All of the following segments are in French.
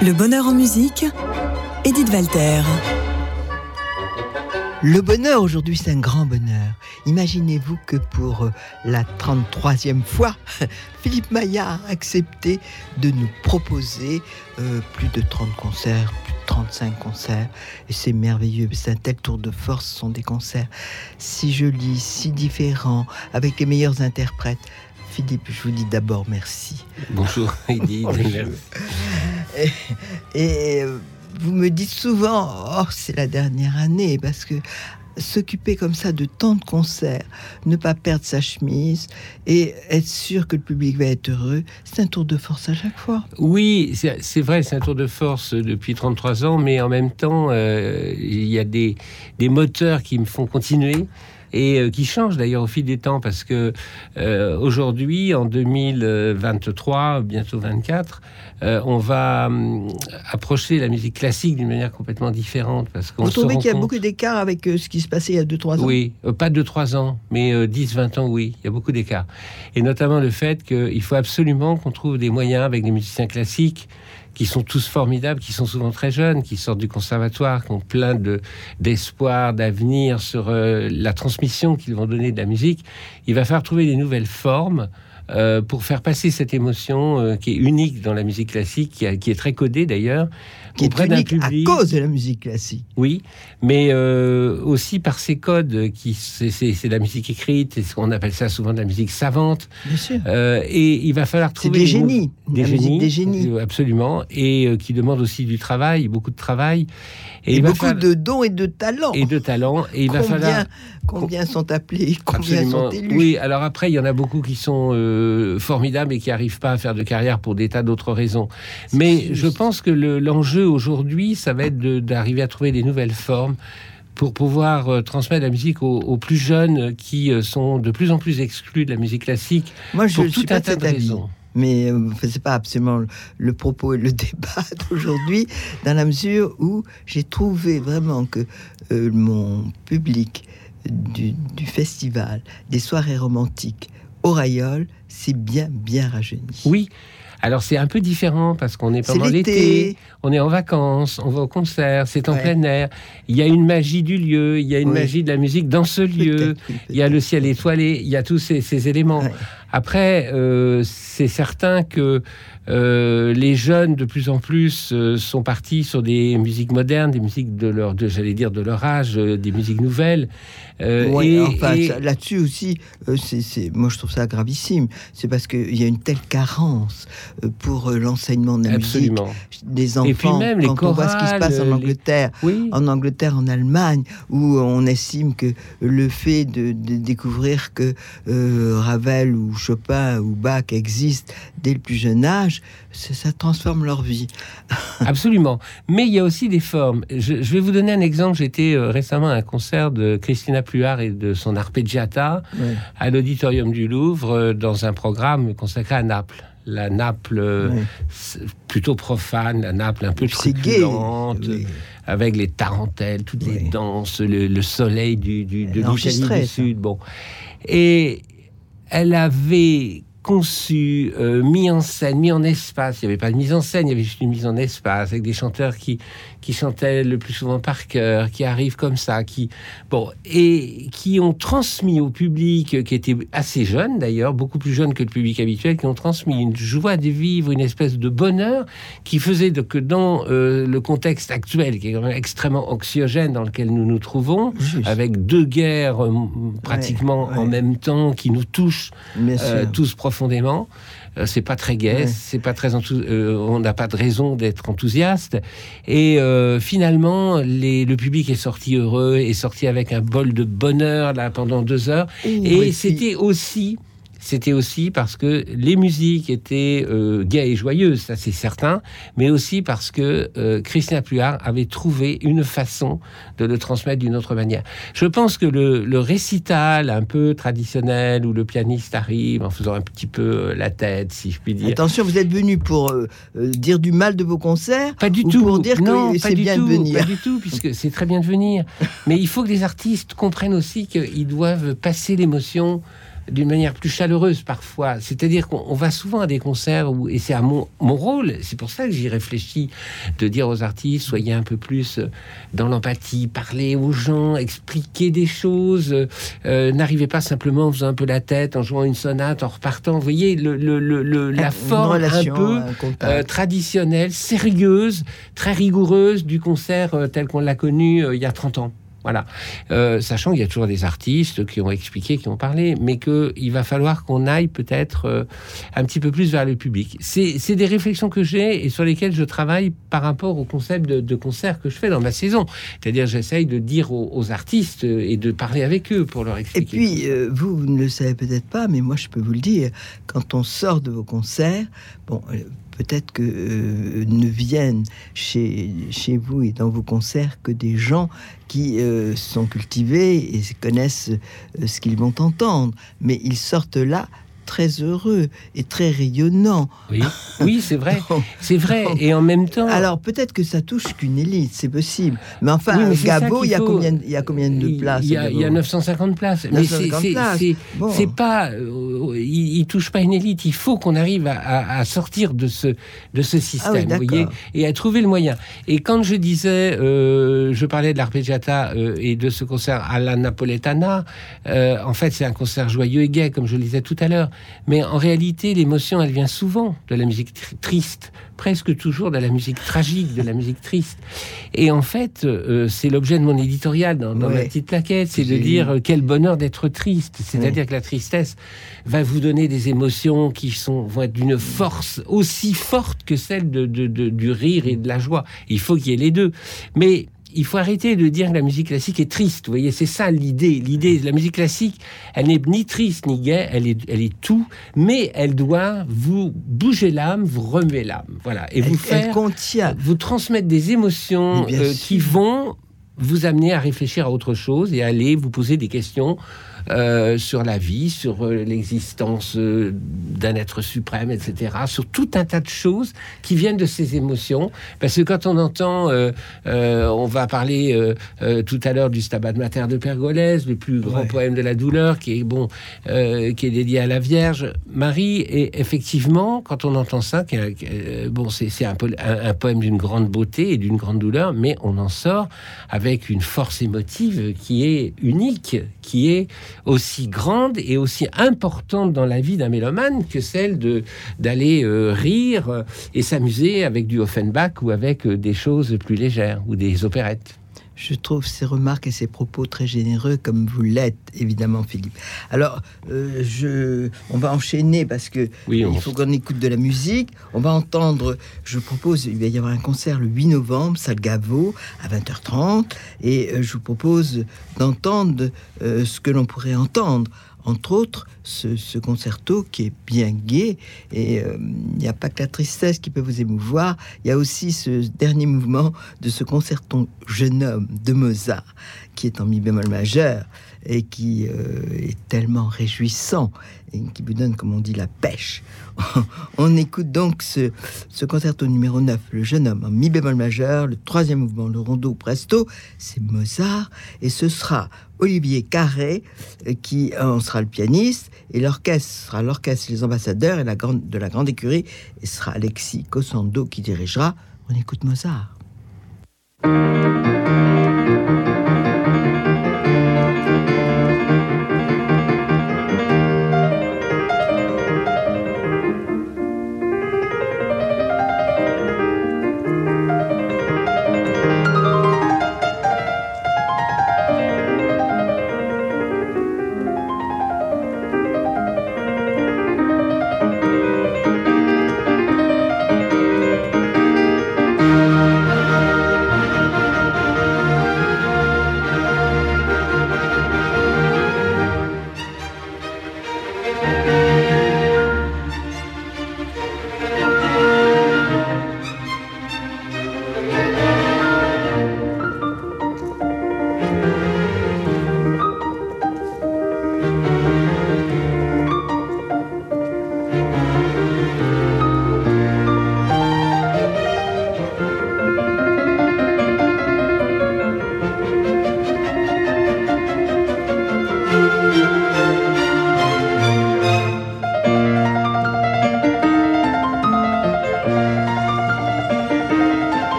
Le bonheur en musique, Edith Walter. Le bonheur aujourd'hui, c'est un grand bonheur. Imaginez-vous que pour la 33e fois, Philippe Maillard a accepté de nous proposer plus de 30 concerts, plus de 35 concerts. Et c'est merveilleux, c'est un tel tour de force, ce sont des concerts si jolis, si différents, avec les meilleurs interprètes. Philippe, je vous dis d'abord merci. Bonjour Edith. Et vous me dites souvent, oh, c'est la dernière année, parce que s'occuper comme ça de tant de concerts, ne pas perdre sa chemise et être sûr que le public va être heureux, c'est un tour de force à chaque fois. Oui, c'est vrai, c'est un tour de force depuis 33 ans, mais en même temps, il y a des moteurs qui me font continuer. Et qui change d'ailleurs au fil des temps, parce que aujourd'hui, en 2023, bientôt 24, on va approcher la musique classique d'une manière complètement différente. Parce qu'on Vous trouvez qu'il y a beaucoup d'écart avec ce qui se passait il y a 2-3 ans? Oui, pas 2-3 ans, mais 10-20 ans, oui, il y a beaucoup d'écart. Et notamment le fait qu'il faut absolument qu'on trouve des moyens avec des musiciens classiques qui sont tous formidables, qui sont souvent très jeunes, qui sortent du conservatoire, qui ont plein d'espoir, d'avenir sur la transmission qu'ils vont donner de la musique. Il va falloir trouver des nouvelles formes pour faire passer cette émotion qui est unique dans la musique classique, qui est très codée d'ailleurs, qui est unique à cause de la musique classique. Oui, mais aussi par ces codes c'est la musique écrite, et on appelle ça souvent de la musique savante. Bien sûr. Et il va falloir trouver des génies, des génies, absolument, et qui demandent aussi du travail, beaucoup de travail. Et beaucoup de dons et de talents. Et de talents. Et il va falloir... Combien sont appelés, combien absolument. sont élus? Oui, alors après, il y en a beaucoup qui sont formidables et qui n'arrivent pas à faire de carrière pour des tas d'autres raisons. Mais je pense que l'enjeu aujourd'hui, ça va être d'arriver à trouver des nouvelles formes pour pouvoir transmettre la musique aux plus jeunes qui sont de plus en plus exclus de la musique classique. Moi, je pour tout un tas de raisons. Mais c'est pas absolument le propos et le débat d'aujourd'hui, dans la mesure où j'ai trouvé vraiment que mon public du festival, des soirées romantiques au Raïol, c'est bien rajeuni. Oui. Alors c'est un peu différent parce qu'on est pendant l'été, on est en vacances, on va au concert, c'est en plein air. Il y a une magie du lieu, il y a une magie de la musique dans ce lieu. Il y a le ciel étoilé, il y a tous ces éléments. Ouais. Après, c'est certain que les jeunes de plus en plus sont partis sur des musiques modernes, des musiques de leur âge, des musiques nouvelles. Là-dessus aussi, moi je trouve ça gravissime. C'est parce qu'il y a une telle carence pour l'enseignement de la musique des enfants. Et puis même les chorales, on voit ce qui se passe en Angleterre, en Allemagne, où on estime que le fait de découvrir que Ravel ou Chopin ou Bach existent dès le plus jeune âge, ça transforme leur vie. Absolument. Mais il y a aussi des formes. Je vais vous donner un exemple. J'étais récemment à un concert de Christina Pluart et de son arpeggiata à l'Auditorium du Louvre dans un programme consacré à Naples. La Naples plutôt profane, la Naples un peu truculente, avec les tarentelles, toutes les danses, le soleil de l'Italie du Sud. Bon. Et elle avait conçu, mis en scène, mis en espace. Il n'y avait pas de mise en scène, il y avait juste une mise en espace avec des chanteurs qui chantaient le plus souvent par cœur, qui arrivent comme ça, et qui ont transmis au public, qui était assez jeune d'ailleurs, beaucoup plus jeune que le public habituel, qui ont transmis une joie de vivre, une espèce de bonheur qui faisait que dans le contexte actuel, qui est quand même extrêmement anxiogène dans lequel nous nous trouvons, avec 2 guerres pratiquement en même temps qui nous touchent tous profondément. C'est pas très gai, c'est pas très on n'a pas de raison d'être enthousiaste. Et finalement, le public est sorti heureux, est sorti avec un bol de bonheur là pendant 2 heures. Et c'était aussi parce que les musiques étaient gaies et joyeuses, ça c'est certain, mais aussi parce que Christina Pluart avait trouvé une façon de le transmettre d'une autre manière. Je pense que le récital un peu traditionnel où le pianiste arrive en faisant un petit peu la tête, si je puis dire. Attention, vous êtes venu pour dire du mal de vos concerts? Pas du tout. Pour dire que c'est bien de venir? Pas du tout, puisque c'est très bien de venir. Mais il faut que les artistes comprennent aussi qu'ils doivent passer l'émotion d'une manière plus chaleureuse parfois. C'est-à-dire qu'on va souvent à des concerts où, et c'est à mon rôle, c'est pour ça que j'y réfléchis, de dire aux artistes, soyez un peu plus dans l'empathie, parlez aux gens, expliquez des choses, n'arrivez pas simplement en faisant un peu la tête, en jouant une sonate, en repartant. Vous voyez, la forme un peu traditionnelle, sérieuse, très rigoureuse du concert tel qu'on l'a connu il y a 30 ans. Voilà. Sachant qu'il y a toujours des artistes qui ont expliqué, qui ont parlé, mais qu'il va falloir qu'on aille peut-être un petit peu plus vers le public. C'est des réflexions que j'ai et sur lesquelles je travaille par rapport au concept de concert que je fais dans ma saison. C'est-à-dire, j'essaye de dire aux artistes et de parler avec eux pour leur expliquer. Et puis, vous ne le savez peut-être pas, mais moi, je peux vous le dire, quand on sort de vos concerts, bon... peut-être que ne viennent chez vous et dans vos concerts que des gens qui sont cultivés et connaissent ce qu'ils vont entendre. Mais ils sortent là très heureux et très rayonnants. Oui, c'est vrai. C'est vrai. Et en même temps... Alors, peut-être que ça touche qu'une élite, c'est possible. Mais enfin, oui, Gabo, il y a combien de places? Il y a 950 places. 950 places. C'est pas... il touche pas une élite. Il faut qu'on arrive à sortir de ce système, vous voyez, et à trouver le moyen. Et quand je disais... je parlais de l'arpeggiata et de ce concert à la Napoletana, en fait, c'est un concert joyeux et gai, comme je le disais tout à l'heure. Mais en réalité, l'émotion, elle vient souvent de la musique triste, presque toujours de la musique tragique, de la musique triste. Et en fait, c'est l'objet de mon éditorial dans ma petite plaquette, c'est de dire quel bonheur d'être triste. C'est-à-dire que la tristesse va vous donner des émotions qui vont être d'une force aussi forte que celle du rire et de la joie. Il faut qu'il y ait les deux. Mais il faut arrêter de dire que la musique classique est triste. Vous voyez, c'est ça l'idée. L'idée de la musique classique, elle n'est ni triste ni gaie, elle est tout, mais elle doit vous bouger l'âme, vous remuer l'âme. Voilà. Et elle contient. Vous transmettre des émotions qui vont vous amener à réfléchir à autre chose et à aller vous poser des questions sur la vie, sur l'existence d'un être suprême, etc., sur tout un tas de choses qui viennent de ces émotions. Parce que quand on entend, on va parler tout à l'heure du Stabat Mater de Pergolèse, le plus grand poème de la douleur, qui est dédié à la Vierge Marie. Et effectivement, quand on entend ça, c'est un poème d'une grande beauté et d'une grande douleur, mais on en sort avec une force émotive qui est unique, qui est aussi grande et aussi importante dans la vie d'un mélomane que celle d'aller rire et s'amuser avec du Offenbach ou avec des choses plus légères ou des opérettes. Je trouve ces remarques et ces propos très généreux, comme vous l'êtes, évidemment, Philippe. Alors, on va enchaîner parce que il faut qu'on écoute de la musique. On va entendre, je propose, il va y avoir un concert le 8 novembre, salle Gaveau, à 20h30. Et je vous propose d'entendre ce que l'on pourrait entendre. Entre autres, ce concerto qui est bien gai, et il n'y a pas que la tristesse qui peut vous émouvoir, il y a aussi ce dernier mouvement de ce concerto Jeune homme de Mozart, qui est en mi bémol majeur, et qui est tellement réjouissant, et qui vous donne, comme on dit, la pêche. On écoute donc ce concerto numéro 9, le Jeune homme, en mi bémol majeur, le troisième mouvement, le rondo presto, c'est Mozart, et ce sera Olivier Carré qui en sera le pianiste, et l'orchestre sera l'orchestre Les Ambassadeurs et de la Grande Écurie, et sera Alexis Cossando qui dirigera. On écoute Mozart.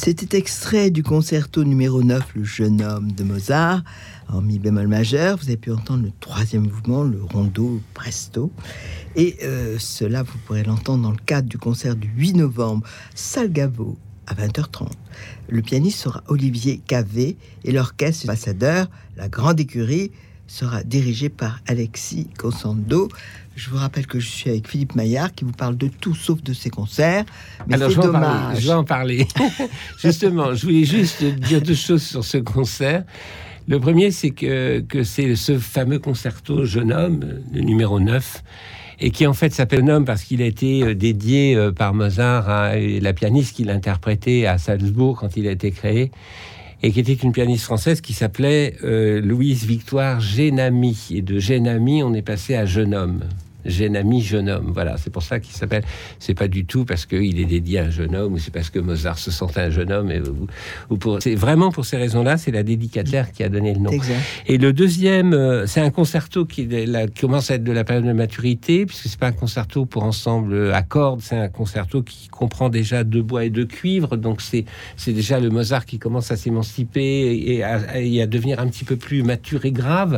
C'était extrait du concerto numéro 9, Le jeune homme de Mozart, en mi bémol majeur. Vous avez pu entendre le 3e mouvement, le rondo presto. Et cela, vous pourrez l'entendre dans le cadre du concert du 8 novembre, salle Gaveau, à 20h30. Le pianiste sera Olivier Cavé et l'orchestre ambassadeur, la Grande Écurie, sera dirigé par Alexis Cossando. Je vous rappelle que je suis avec Philippe Maillard qui vous parle de tout sauf de ses concerts. Mais alors, c'est dommage. Je vais en parler. Justement, je voulais juste dire 2 choses sur ce concert. Le premier, c'est que c'est ce fameux concerto Jeune homme, le numéro 9, et qui en fait s'appelle Jeune homme parce qu'il a été dédié par Mozart à la pianiste qu'il interprétait à Salzbourg quand il a été créé, et qui était une pianiste française qui s'appelait Louise Victoire Genami. Et de Genami, on est passé à Jeune homme. Genami, jeune homme. Voilà, c'est pour ça qu'il s'appelle. C'est pas du tout parce qu'il est dédié à un jeune homme, ou c'est parce que Mozart se sentait un jeune homme. C'est vraiment pour ces raisons-là, c'est la dédicataire qui a donné le nom. Exact. Et le deuxième, c'est un concerto qui commence à être de la période de maturité, puisque c'est pas un concerto pour ensemble à cordes, c'est un concerto qui comprend déjà 2 bois et 2 cuivres. Donc c'est déjà le Mozart qui commence à s'émanciper et à devenir un petit peu plus mature et grave.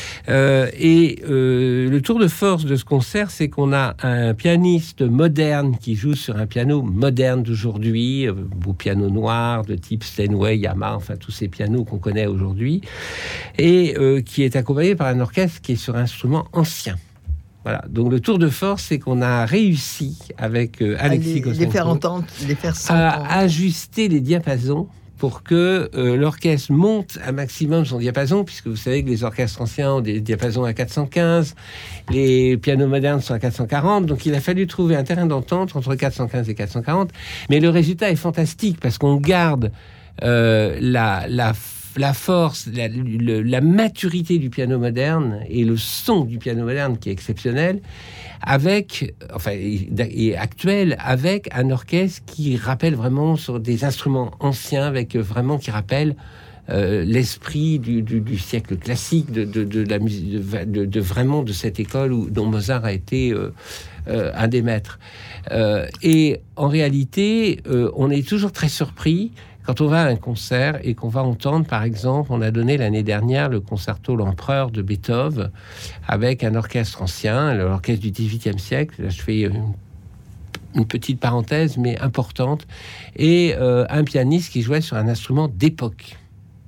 Le tour de force de ce concert, c'est qu'on a un pianiste moderne qui joue sur un piano moderne d'aujourd'hui, beau piano noir de type Steinway, Yamaha, enfin tous ces pianos qu'on connaît aujourd'hui, et qui est accompagné par un orchestre qui est sur un instrument ancien. Voilà. Donc le tour de force, c'est qu'on a réussi avec Alexis Cossando à ajuster les diapasons pour que l'orchestre monte un maximum son diapason, puisque vous savez que les orchestres anciens ont des diapasons à 415, les pianos modernes sont à 440, donc il a fallu trouver un terrain d'entente entre 415 et 440, mais le résultat est fantastique, parce qu'on garde la force, la maturité du piano moderne et le son du piano moderne qui est exceptionnel, et actuel, avec un orchestre qui rappelle vraiment sur des instruments anciens, qui rappelle l'esprit du siècle classique, de la musique, vraiment de cette école dont Mozart a été un des maîtres. Et en réalité, on est toujours très surpris quand on va à un concert et qu'on va entendre, par exemple, on a donné l'année dernière le concerto L'Empereur de Beethoven avec un orchestre ancien, l'orchestre du XVIIIe siècle. Là, je fais une petite parenthèse, mais importante, et un pianiste qui jouait sur un instrument d'époque.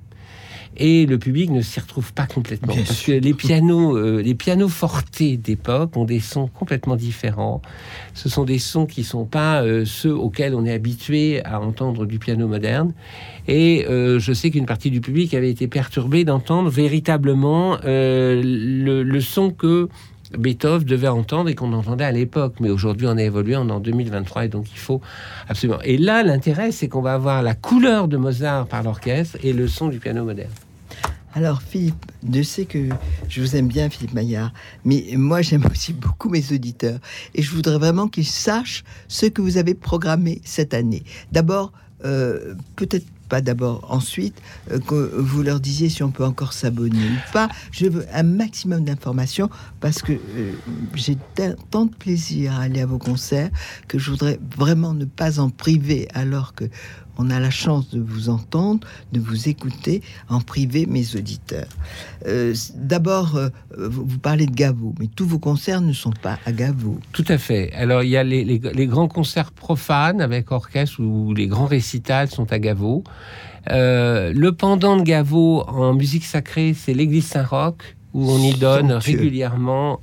Et le public ne s'y retrouve pas complètement. Bien parce sûr. Que les pianos fortés d'époque ont des sons complètement différents. Ce sont des sons qui ne sont pas ceux auxquels on est habitué à entendre du piano moderne. Et je sais qu'une partie du public avait été perturbée d'entendre véritablement le son que Beethoven devait entendre et qu'on entendait à l'époque. Mais aujourd'hui, on a évolué, on est en 2023, et donc il faut absolument... Et là, l'intérêt, c'est qu'on va avoir la couleur de Mozart par l'orchestre et le son du piano moderne. Alors Philippe, je sais que je vous aime bien, Philippe Maillard, mais moi j'aime aussi beaucoup mes auditeurs et je voudrais vraiment qu'ils sachent ce que vous avez programmé cette année. D'abord, peut-être pas d'abord, ensuite, que vous leur disiez si on peut encore s'abonner ou pas. Je veux un maximum d'informations parce que j'ai tant de plaisir à aller à vos concerts que je voudrais vraiment ne pas en priver alors que on a la chance de vous entendre, de vous écouter en privé, mes auditeurs. D'abord, vous parlez de Gaveau, mais tous vos concerts ne sont pas à Gaveau. Tout à fait. Alors, il y a les grands concerts profanes avec orchestre où les grands récitals sont à Gaveau. Le pendant de Gaveau en musique sacrée, c'est l'église Saint-Roch, où on y donne régulièrement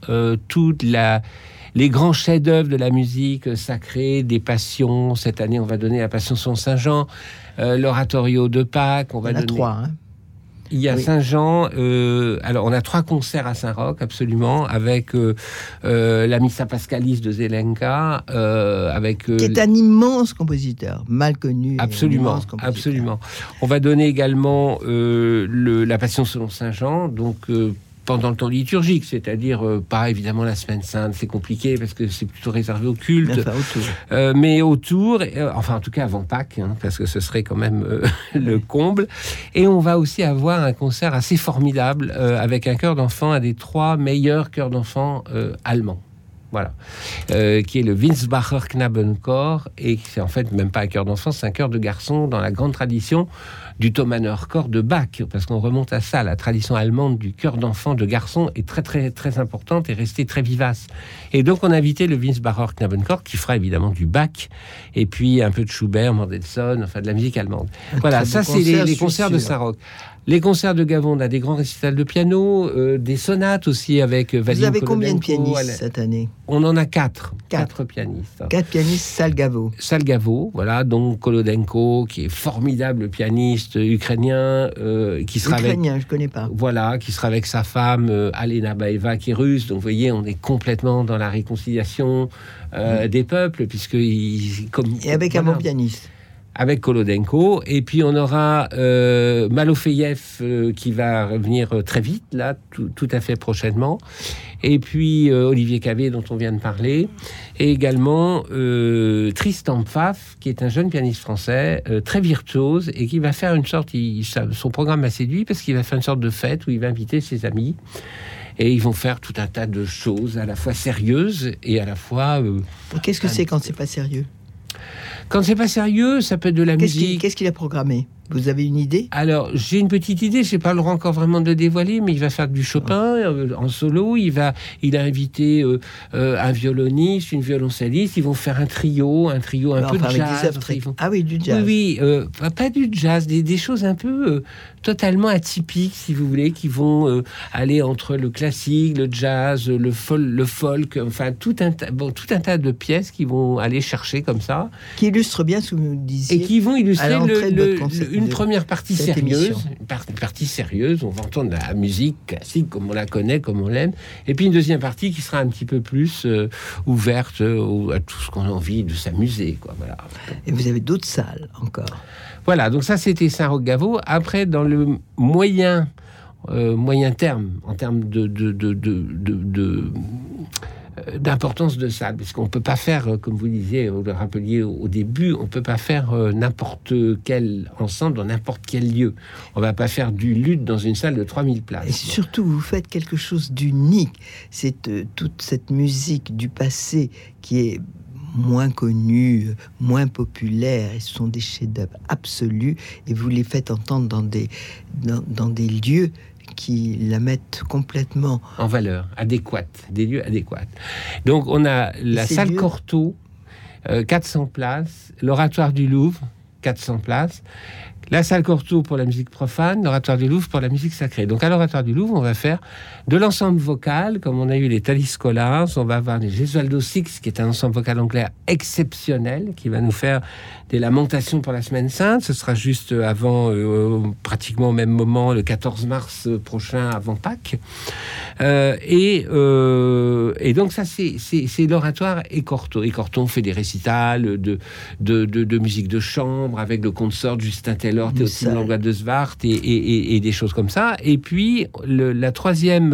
les grands chefs-d'œuvre de la musique sacrée, des passions. Cette année, on va donner la Passion selon Saint Jean, l'oratorio de Pâques. On va donner 3, hein. Il y a Saint-Jean. Alors, on a 3 concerts à Saint-Roch, absolument, avec la Missa Pascalis de Zelenka, qui est un immense compositeur, mal connu. Absolument, absolument. On va donner également la Passion selon Saint Jean, donc pendant le temps liturgique, c'est-à-dire pas évidemment la Semaine Sainte, c'est compliqué parce que c'est plutôt réservé au culte, mais autour, enfin en tout cas avant Pâques, hein, parce que ce serait quand même le comble. Et on va aussi avoir un concert assez formidable avec un chœur d'enfants, un des 3 meilleurs chœurs d'enfants allemands. Voilà, qui est le Winsbacher Knabenchor, et c'est en fait même pas un chœur d'enfant, c'est un chœur de garçon dans la grande tradition du Thomaner Chor de Bach, parce qu'on remonte à ça. La tradition allemande du chœur d'enfant de garçon est très très très importante et restée très vivace. Et donc on a invité le Winsbacher Knabenchor, qui fera évidemment du Bach, et puis un peu de Schubert, Mendelssohn, enfin de la musique allemande. Voilà, ça c'est les concerts de Saint-Roch. Les concerts de Gavot, on a des grands récitals de piano, des sonates aussi avec Vadim. Vous avez combien de pianistes cette année? On en a 4 pianistes. 4 pianistes, salle Gavot. Salle Gavot, voilà, donc Kolodenko, qui est formidable pianiste ukrainien, qui sera ukrainien, je connais pas. Voilà, qui sera avec sa femme Alena Baeva, qui est russe. Donc vous voyez, on est complètement dans la réconciliation des peuples, puisque et avec un bon pianiste. Avec Kolodenko, et puis on aura Malofeyev qui va revenir très vite, là, tout à fait prochainement, et puis Olivier Cavé dont on vient de parler, et également Tristan Pfaff, qui est un jeune pianiste français, très virtuose, et qui va faire une sorte, son programme m'a séduit, parce qu'il va faire une sorte de fête où il va inviter ses amis, et ils vont faire tout un tas de choses, à la fois sérieuses, et à la fois... Qu'est-ce que c'est quand c'est pas sérieux ? Quand c'est pas sérieux, ça peut être de la musique. Qu'est-ce qu'il a programmé ? Vous avez une idée ? Alors, j'ai une petite idée, je n'ai pas le droit encore vraiment de le dévoiler, mais il va faire du Chopin en solo, il a invité un violoniste, une violoncelliste, ils vont faire un trio un peu de jazz. Ah oui, du jazz. Oui, pas du jazz, des choses un peu totalement atypiques, si vous voulez, qui vont aller entre le classique, le jazz, le folk, enfin tout un tas de pièces qui vont aller chercher comme ça. Qui illustrent bien ce que vous disiez. Et qui vont illustrer une première partie sérieuse, une partie sérieuse, on va entendre la musique classique comme on la connaît, comme on l'aime, et puis une deuxième partie qui sera un petit peu plus ouverte à tout ce qu'on a envie de s'amuser, quoi. Voilà. Et vous avez d'autres salles encore. Voilà, donc ça c'était Saint-Roch-Gavot. Après, dans le moyen terme, en termes d'importance de salle, parce qu'on peut pas faire, comme vous disiez, vous le rappeliez au début, on peut pas faire n'importe quel ensemble dans n'importe quel lieu. On va pas faire du luth dans une salle de 3000 places. Et surtout, vous faites quelque chose d'unique. C'est toute cette musique du passé qui est moins connue, moins populaire, et ce sont des chefs-d'œuvre absolus, et vous les faites entendre dans des lieux qui la mettent complètement en valeur, adéquate, des lieux adéquats. Donc on a la salle Cortot, 400 places, l'oratoire du Louvre, 400 places, la salle Cortot pour la musique profane, l'oratoire du Louvre pour la musique sacrée. Donc à l'oratoire du Louvre, on va faire de l'ensemble vocal, comme on a eu les Thalis Scholars, on va avoir les Gesualdo Six, qui est un ensemble vocal anglais exceptionnel, qui va nous faire des lamentations pour la Semaine Sainte. Ce sera juste avant, pratiquement au même moment, le 14 mars prochain, avant Pâques. Et donc ça, c'est l'oratoire et Cortot. Et Cortot, on fait des récitals de musique de chambre, avec le consort Justin Taylor, Théotime Langlois de Zwart, et des choses comme ça. Et puis, la troisième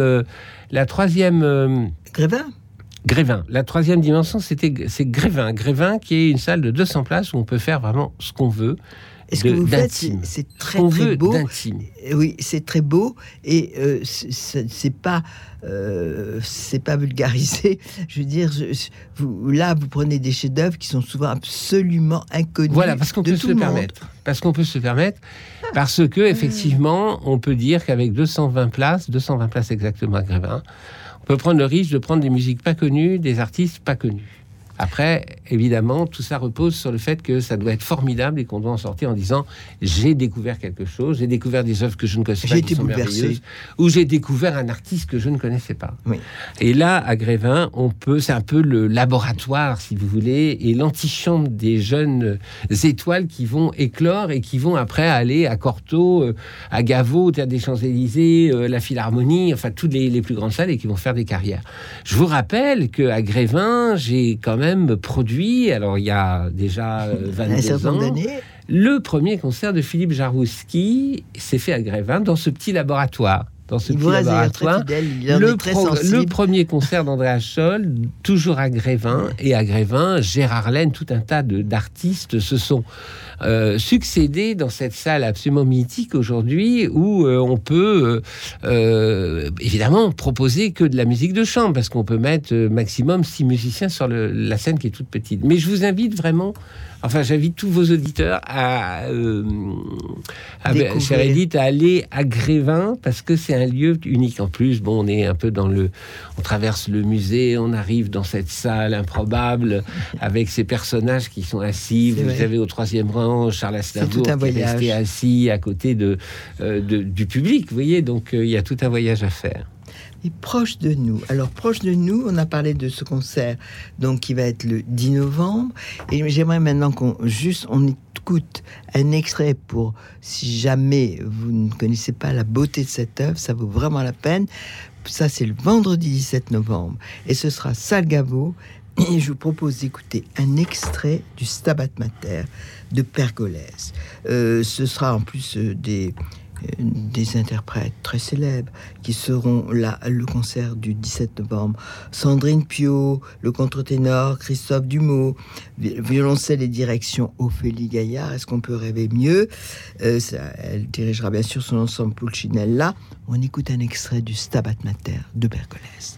Grévin. La troisième dimension, c'est Grévin. Grévin, qui est une salle de 200 places où on peut faire vraiment ce qu'on veut. Et ce que vous faites, c'est très beau. Oui, c'est très beau, et c'est pas vulgarisé. Je veux dire, vous prenez des chefs-d'œuvre qui sont souvent absolument inconnus. Voilà, parce qu'on peut se le permettre. Parce que effectivement, on peut dire qu'avec 220 places exactement à Grévin, on peut prendre le risque de prendre des musiques pas connues, des artistes pas connus. Après, évidemment, tout ça repose sur le fait que ça doit être formidable et qu'on doit en sortir en disant « j'ai découvert quelque chose, j'ai découvert des œuvres que je ne connaissais pas, qui sont merveilleuses, ou j'ai découvert un artiste que je ne connaissais pas. Oui. » Et là, à Grévin, c'est un peu le laboratoire, si vous voulez, et l'antichambre des jeunes étoiles qui vont éclore et qui vont après aller à Cortot, à Gavot, au Théâtre des Champs-Élysées, la Philharmonie, enfin toutes les plus grandes salles, et qui vont faire des carrières. Je vous rappelle qu'à Grévin, j'ai quand même produit, alors il y a déjà 22 ans, le premier concert de Philippe Jarouski s'est fait à Grévin, dans ce petit laboratoire. dans ce Il petit vous reste d'ailleurs laboratoire. très fidèle, il en est très sensible. Le premier concert d'Andreas Scholl, toujours à Grévin, et à Grévin, Gérard Laine, tout un tas d'artistes se sont succédés dans cette salle absolument mythique aujourd'hui, où on peut évidemment proposer que de la musique de chambre, parce qu'on peut mettre maximum 6 musiciens sur la scène qui est toute petite. Mais je vous invite vraiment, enfin j'invite tous vos auditeurs chère Edith, à aller à Grévin, parce que c'est un lieu unique. En plus, bon, on est un peu on traverse le musée, on arrive dans cette salle improbable avec ces personnages qui sont assis. Vous avez au 3e rang Charles Aznavour qui est resté assis à côté du public. Vous voyez, donc il y a tout un voyage à faire. Et proche de nous. Alors, proche de nous, on a parlé de ce concert, donc qui va être le 10 novembre. Et j'aimerais maintenant qu'on écoute un extrait pour, si jamais vous ne connaissez pas la beauté de cette œuvre, ça vaut vraiment la peine. Ça, c'est le vendredi 17 novembre. Et ce sera Salgavo. Et je vous propose d'écouter un extrait du Stabat Mater de Pergolèse. Ce sera en plus des interprètes très célèbres qui seront là, le concert du 17 novembre. Sandrine Piot, le contre-ténor Christophe Dumaux, violoncelle et direction Ophélie Gaillard. Est-ce qu'on peut rêver mieux? Elle dirigera bien sûr son ensemble Pulcinella. On écoute un extrait du Stabat Mater de Pergolèse.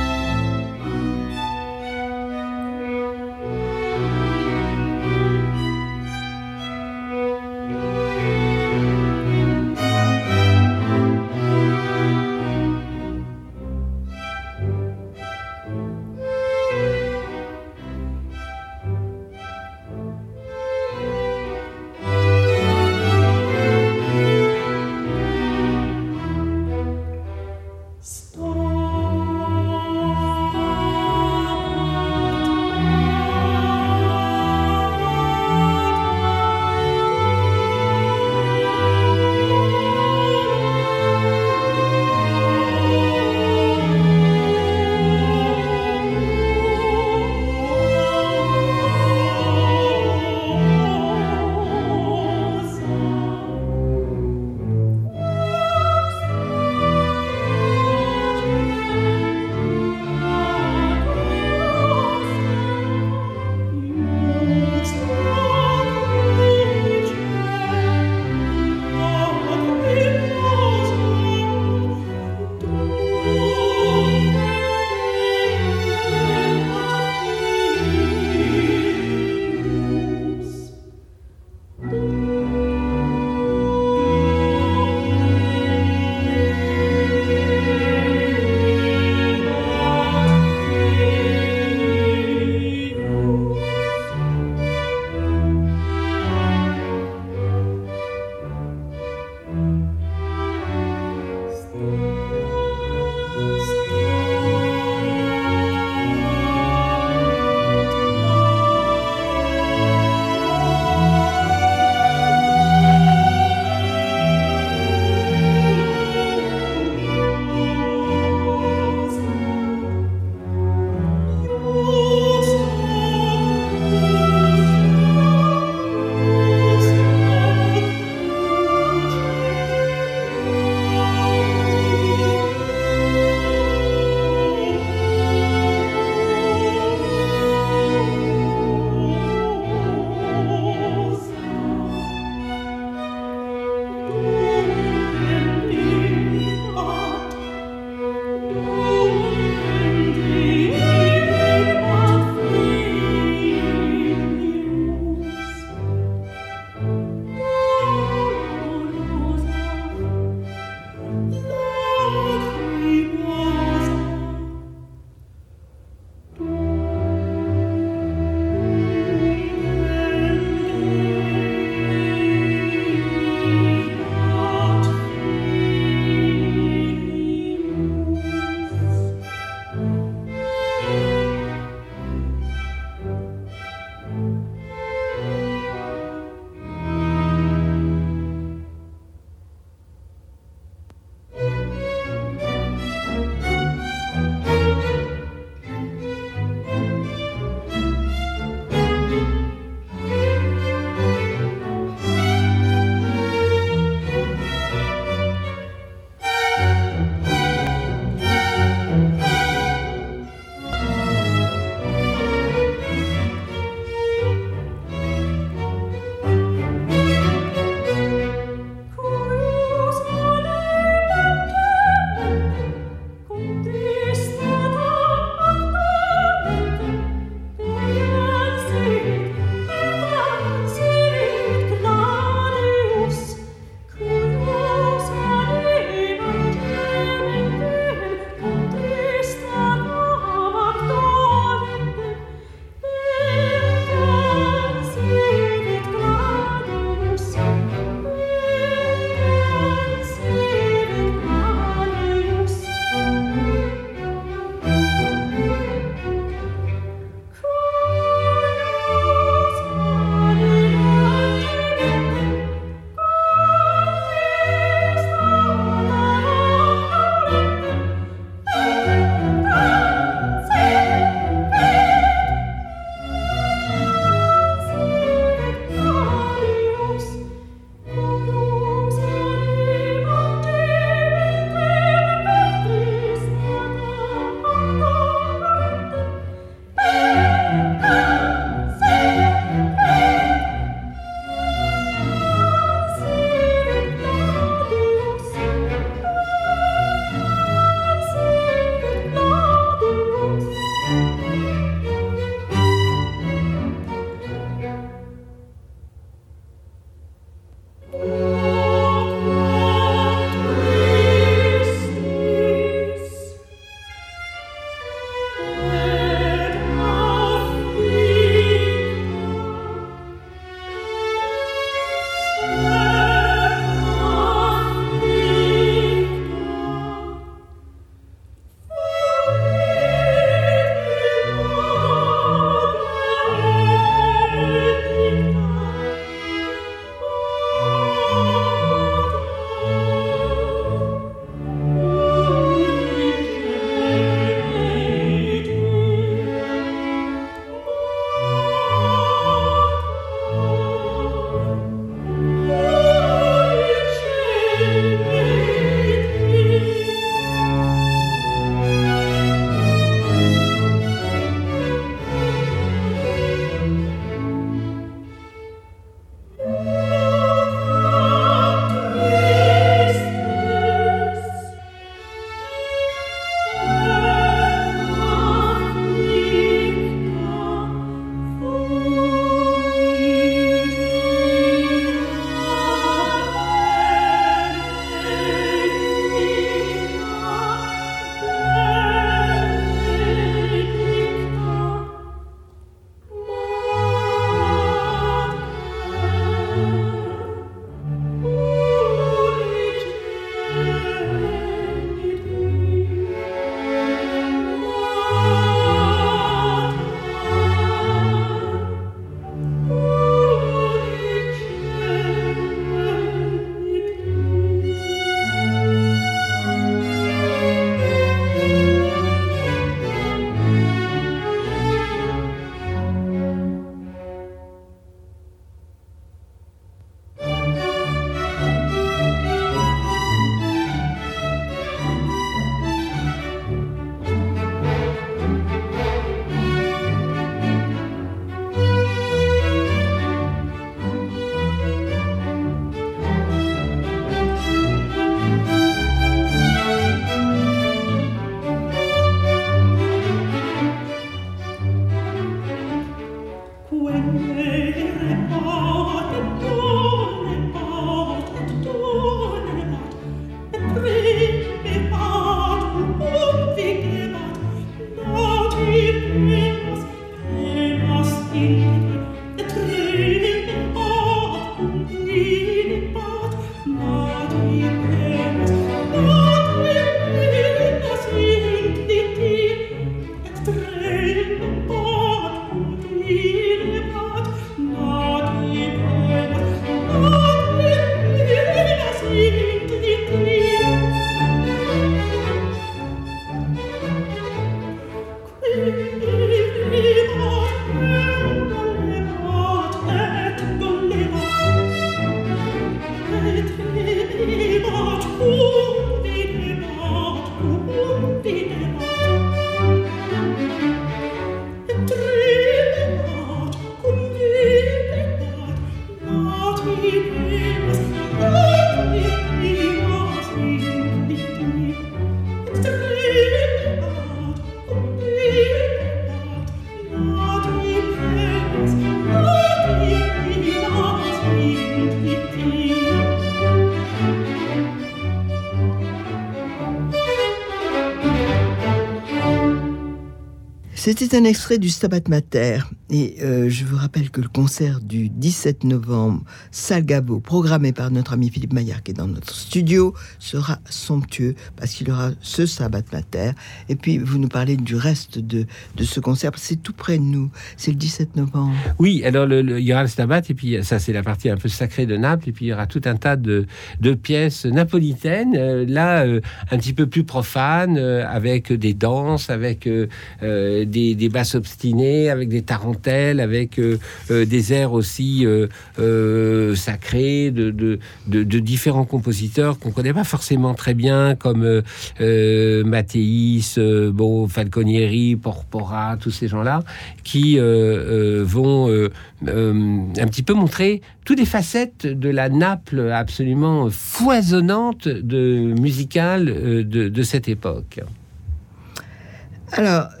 C'était un extrait du Stabat Mater. Et je vous rappelle que le concert du 17 novembre, Salle Gaveau, programmé par notre ami Philippe Maillard, qui est dans notre studio, sera somptueux parce qu'il y aura ce Stabat Mater. Et puis, vous nous parlez du reste de ce concert. C'est tout près de nous. C'est le 17 novembre. Oui, alors il y aura le Stabat, et puis ça, c'est la partie un peu sacrée de Naples. Et puis, il y aura tout un tas de pièces napolitaines, un petit peu plus profanes, avec des danses, avec des basses obstinées, avec des tarentelles, avec des airs aussi sacrés de différents compositeurs qu'on connaît pas forcément très bien, comme Mattéis, Falconieri, Porpora, tous ces gens-là qui vont un petit peu montrer toutes les facettes de la Naples absolument foisonnante musicale de cette époque. Alors,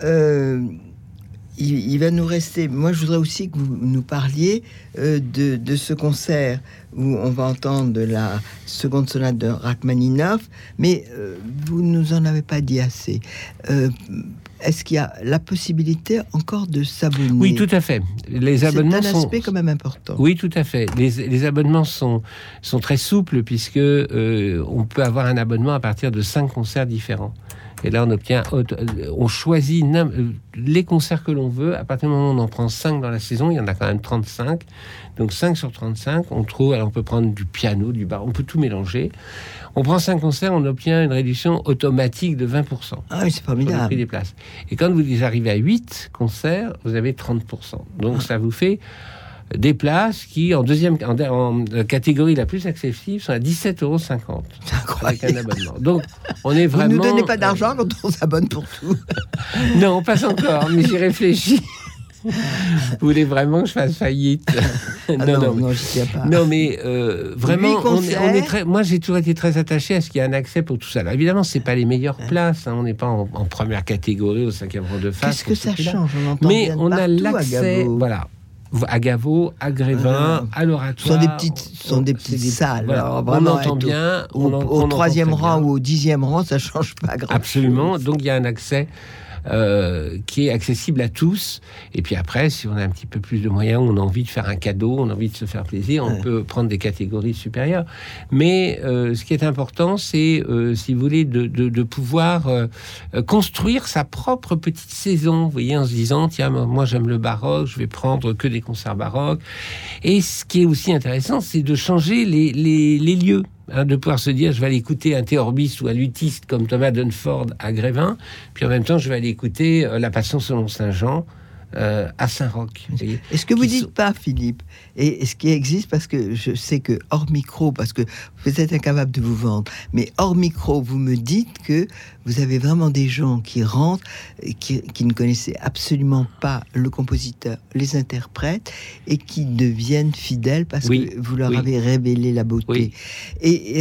il va nous rester... Moi, je voudrais aussi que vous nous parliez de ce concert où on va entendre la seconde sonate de Rachmaninoff, mais vous ne nous en avez pas dit assez. Est-ce qu'il y a la possibilité encore de s'abonner? Oui, tout à fait. Les abonnements c'est un aspect quand même important. Oui, tout à fait. Les abonnements sont très souples, puisque on peut avoir un abonnement à partir de 5 concerts différents. Et là, on choisit les concerts que l'on veut. À partir du moment où on en prend 5 dans la saison, il y en a quand même 35. Donc 5 sur 35, on peut prendre du piano, du bar, on peut tout mélanger. On prend 5 concerts, on obtient une réduction automatique de 20%. Ah oui, c'est formidable. Sur le prix des places. Et quand vous arrivez à 8 concerts, vous avez 30%. Donc ça vous fait des places qui, en catégorie la plus accessible, sont à 17,50 €. C'est incroyable. Avec un abonnement. Donc, on est vraiment... Vous ne nous donnez pas d'argent quand on s'abonne pour tout. Non, pas encore, mais j'y réfléchis. Vous voulez vraiment que je fasse faillite? Non, je tiens pas. Non, mais vraiment, on est très... Moi, j'ai toujours été très attaché à ce qu'il y ait un accès pour tout ça. Alors, évidemment, c'est pas les meilleures places. Hein. On n'est pas en première catégorie, au 5e rang de face. Qu'est-ce que ça change? Mais on a l'accès... Voilà. À Gaveau, à Grévin, à l'Oratoire. Ce sont des petites salles. Voilà. Alors, on entend bien. Au 3e rang ou au 10e rang, ça change pas grand-chose. Absolument. Donc, il y a un accès qui est accessible à tous. Et puis après, si on a un petit peu plus de moyens, on a envie de faire un cadeau, on a envie de se faire plaisir, on peut prendre des catégories supérieures. Mais ce qui est important, c'est, si vous voulez, de pouvoir construire sa propre petite saison. Vous voyez, en se disant, tiens, moi j'aime le baroque, je vais prendre que des concerts baroques. Et ce qui est aussi intéressant, c'est de changer les lieux. De pouvoir se dire, je vais aller écouter un théorbiste ou un luthiste comme Thomas Dunford à Grévin, puis en même temps, je vais aller écouter La Passion selon Saint-Jean à Saint-Roch. Est-ce que vous dites pas, Philippe, et ce qui existe, parce que je sais que hors micro, parce que vous êtes incapable de vous vendre, mais hors micro, vous me dites que vous avez vraiment des gens qui rentrent, qui ne connaissaient absolument pas le compositeur, les interprètes, et qui deviennent fidèles parce que vous leur avez révélé la beauté. Et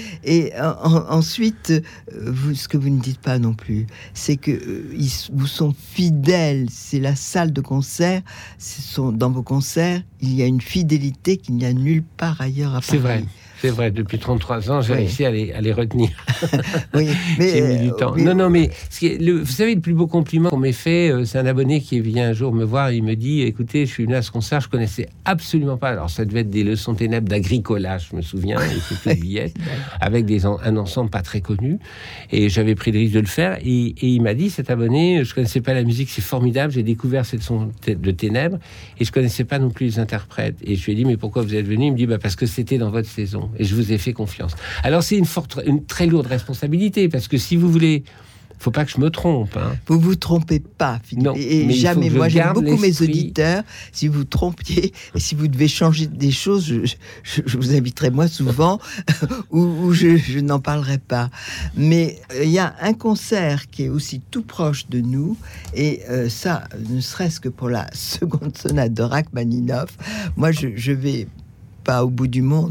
ensuite, ce que vous ne dites pas non plus, c'est que ils vous sont fidèles. C'est la salle de concert. Dans vos concerts, il y a une fidélité qu'il n'y a nulle part ailleurs à Paris. C'est vrai. C'est vrai, depuis 33 ans, j'ai réussi à les retenir. Oui, mais j'ai mis du temps. Non, mais vous savez, le plus beau compliment qu'on m'ait fait, c'est un abonné qui vient un jour me voir et il me dit, écoutez, je suis venu à ce concert, je connaissais absolument pas. Alors, ça devait être des leçons ténèbres d'Agricola, je me souviens, et c'était une billette, avec un ensemble pas très connu. Et j'avais pris le risque de le faire. Et il m'a dit, cet abonné, je connaissais pas la musique, c'est formidable, j'ai découvert cette leçon de ténèbres, et je connaissais pas non plus les interprètes. Et je lui ai dit, mais pourquoi vous êtes venu? Il me dit, parce que c'était dans votre saison. Et je vous ai fait confiance. Alors, c'est une très lourde responsabilité, parce que si vous voulez, faut pas que je me trompe. Hein. Vous vous trompez pas, Philippe. Non, et jamais. Moi, j'aime beaucoup mes auditeurs. Si vous trompiez et si vous devez changer des choses, je vous inviterai moi souvent où je n'en parlerai pas. Mais il y a un concert qui est aussi tout proche de nous, et ça, ne serait-ce que pour la seconde sonate de Rachmaninoff. Moi, je vais pas au bout du monde, mais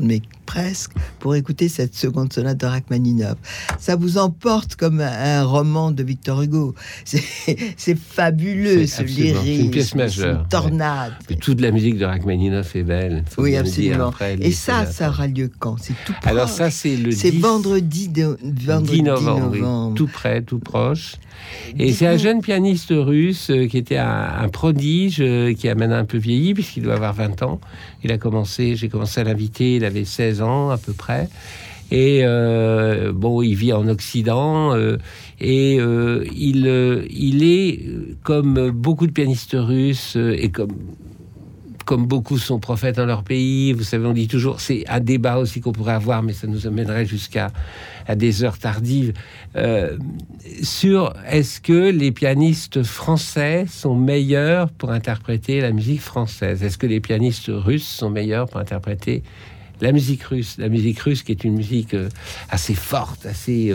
presque pour écouter cette seconde sonate de Rachmaninov. Ça vous emporte comme un roman de Victor Hugo. C'est fabuleux, ce lyrisme. C'est une pièce majeure. Une tornade. Ouais. Toute la musique de Rachmaninov est belle. Oui, absolument. Après, et ça aura lieu quand? C'est tout proche. Alors ça, c'est le 10 vendredi 10 novembre. Oui, tout près, tout proche. Et c'est un jeune pianiste russe qui était un prodige, qui a maintenant un peu vieilli, puisqu'il doit avoir 20 ans. J'ai commencé à l'inviter, il avait 16 ans à peu près. Et il vit en Occident et il est comme beaucoup de pianistes russes et comme beaucoup sont prophètes dans leur pays. Vous savez, on dit toujours, c'est un débat aussi qu'on pourrait avoir, mais ça nous amènerait jusqu'à des heures tardives, sur est-ce que les pianistes français sont meilleurs pour interpréter la musique française? Est-ce que les pianistes russes sont meilleurs pour interpréter la musique russe qui est une musique assez forte, assez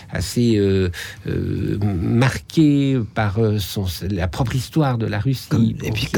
marquée par la propre histoire de la Russie,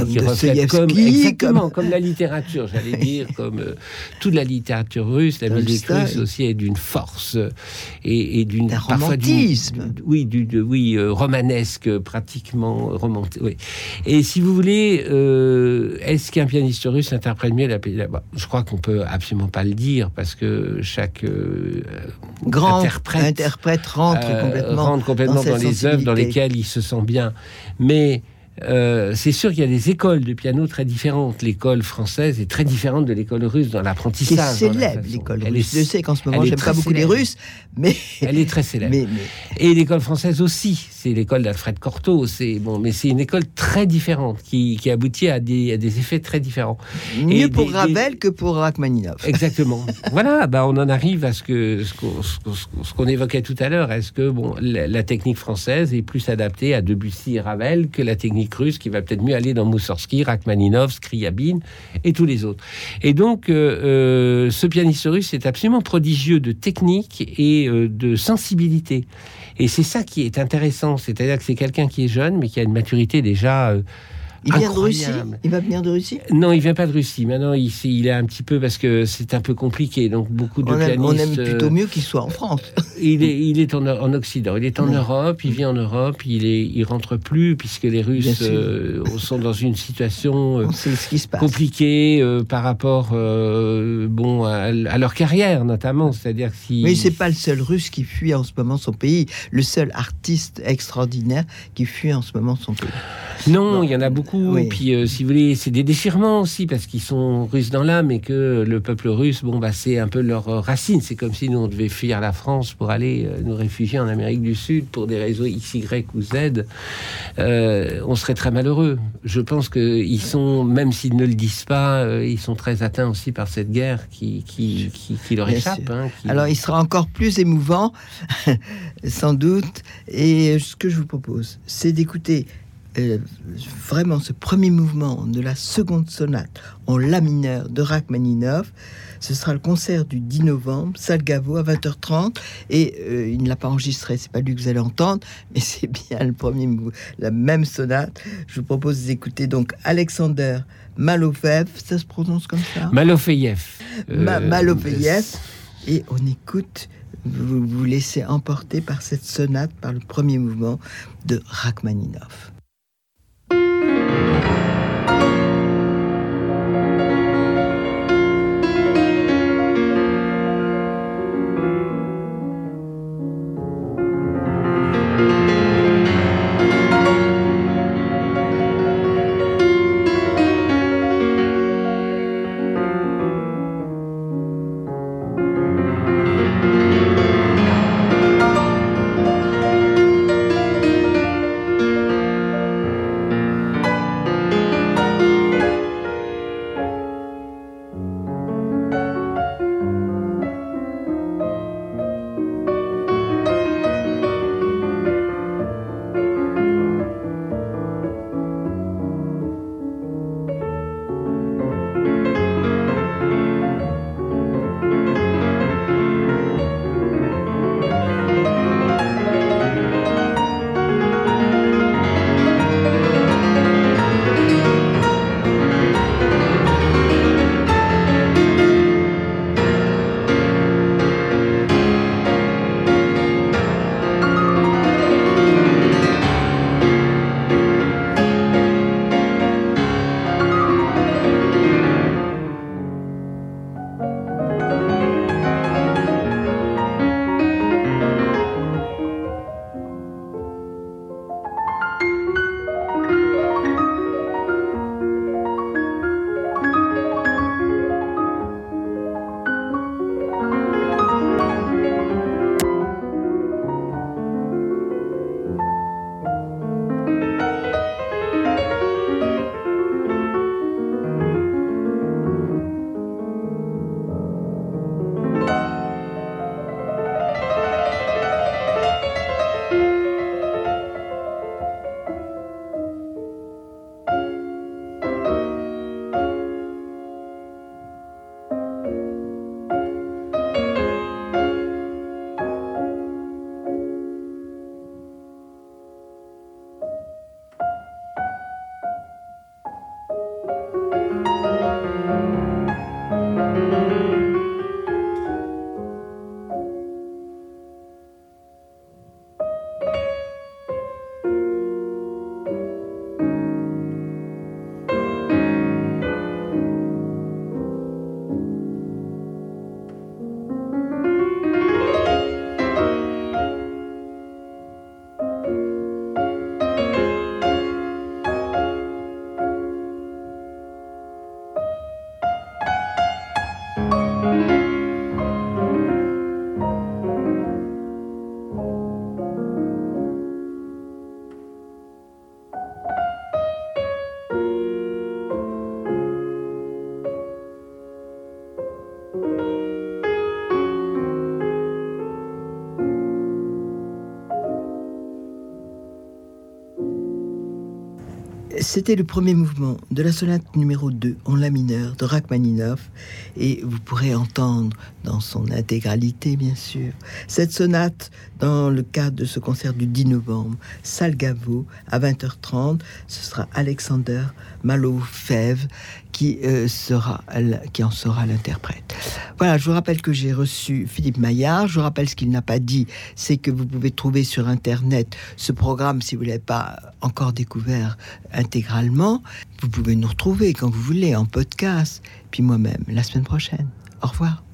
comme la littérature, j'allais dire, comme toute la littérature russe, la musique russe aussi est d'une force et d'une romantisme, romanesque, pratiquement romantique. Oui. Et si vous voulez, est-ce qu'un pianiste russe interprète mieux je crois qu'on peut absolument pas le dire parce que chaque grand interprète rentre complètement dans les œuvres dans lesquelles il se sent bien. Mais c'est sûr qu'il y a des écoles de piano très différentes. L'école française est très différente de l'école russe dans l'apprentissage. C'est célèbre, l'école russe. Je sais qu'en ce moment, j'aime pas beaucoup les Russes, mais... Elle est très célèbre. Et l'école française aussi. C'est l'école d'Alfred Cortot. Mais c'est une école très différente qui aboutit à des effets très différents. Mieux pour Ravel que pour Rachmaninov. Exactement. Voilà, on en arrive à ce qu'on évoquait tout à l'heure. Est-ce que la technique française est plus adaptée à Debussy et Ravel que la technique russe, qui va peut-être mieux aller dans Moussorgsky, Rachmaninov, Scriabine et tous les autres. Et donc, ce pianiste russe est absolument prodigieux de technique et de sensibilité. Et c'est ça qui est intéressant, c'est-à-dire que c'est quelqu'un qui est jeune, mais qui a une maturité déjà il vient de Russie. Il va venir de Russie? Non, il vient pas de Russie. Maintenant, il est un petit peu parce que c'est un peu compliqué. Donc beaucoup de pianistes. On aime plutôt mieux qu'il soit en France. Il est en Occident. Il est en Europe. Il vit en Europe. Il rentre plus puisque les Russes sont dans une situation compliquée par rapport à leur carrière notamment. C'est-à-dire mais c'est pas le seul Russe qui fuit en ce moment son pays. Le seul artiste extraordinaire qui fuit en ce moment son pays. Non, il y en a beaucoup. Oui. Puis, si vous voulez, c'est des déchirements aussi, parce qu'ils sont russes dans l'âme et que le peuple russe, c'est un peu leur racine. C'est comme si nous, on devait fuir la France pour aller nous réfugier en Amérique du Sud pour des raisons X, Y ou Z. On serait très malheureux. Je pense qu'ils sont, même s'ils ne le disent pas, ils sont très atteints aussi par cette guerre qui leur échappe. Alors, il sera encore plus émouvant, sans doute. Et ce que je vous propose, c'est d'écouter vraiment ce premier mouvement de la seconde sonate en la mineur de Rachmaninov. Ce sera le concert du 10 novembre, salle Gaveau à 20h30, et il ne l'a pas enregistré, c'est pas lui que vous allez entendre, mais c'est bien le premier mouvement, la même sonate. Je vous propose d'écouter donc Alexander Malofeev, ça se prononce comme ça? Malofeev. Malofeev, et on écoute. Vous vous laissez emporter par cette sonate, par le premier mouvement de Rachmaninov. C'était le premier mouvement de la sonate numéro 2 en la mineur de Rachmaninoff, et vous pourrez entendre dans son intégralité, bien sûr, cette sonate dans le cadre de ce concert du 10 novembre, Salle Gaveau, à 20h30. Ce sera Alexander Malofev qui en sera l'interprète. Voilà, je vous rappelle que j'ai reçu Philippe Maillard. Je vous rappelle ce qu'il n'a pas dit, c'est que vous pouvez trouver sur Internet ce programme si vous ne l'avez pas encore découvert intégralement. Vous pouvez nous retrouver quand vous voulez en podcast. Puis moi-même, la semaine prochaine. Au revoir.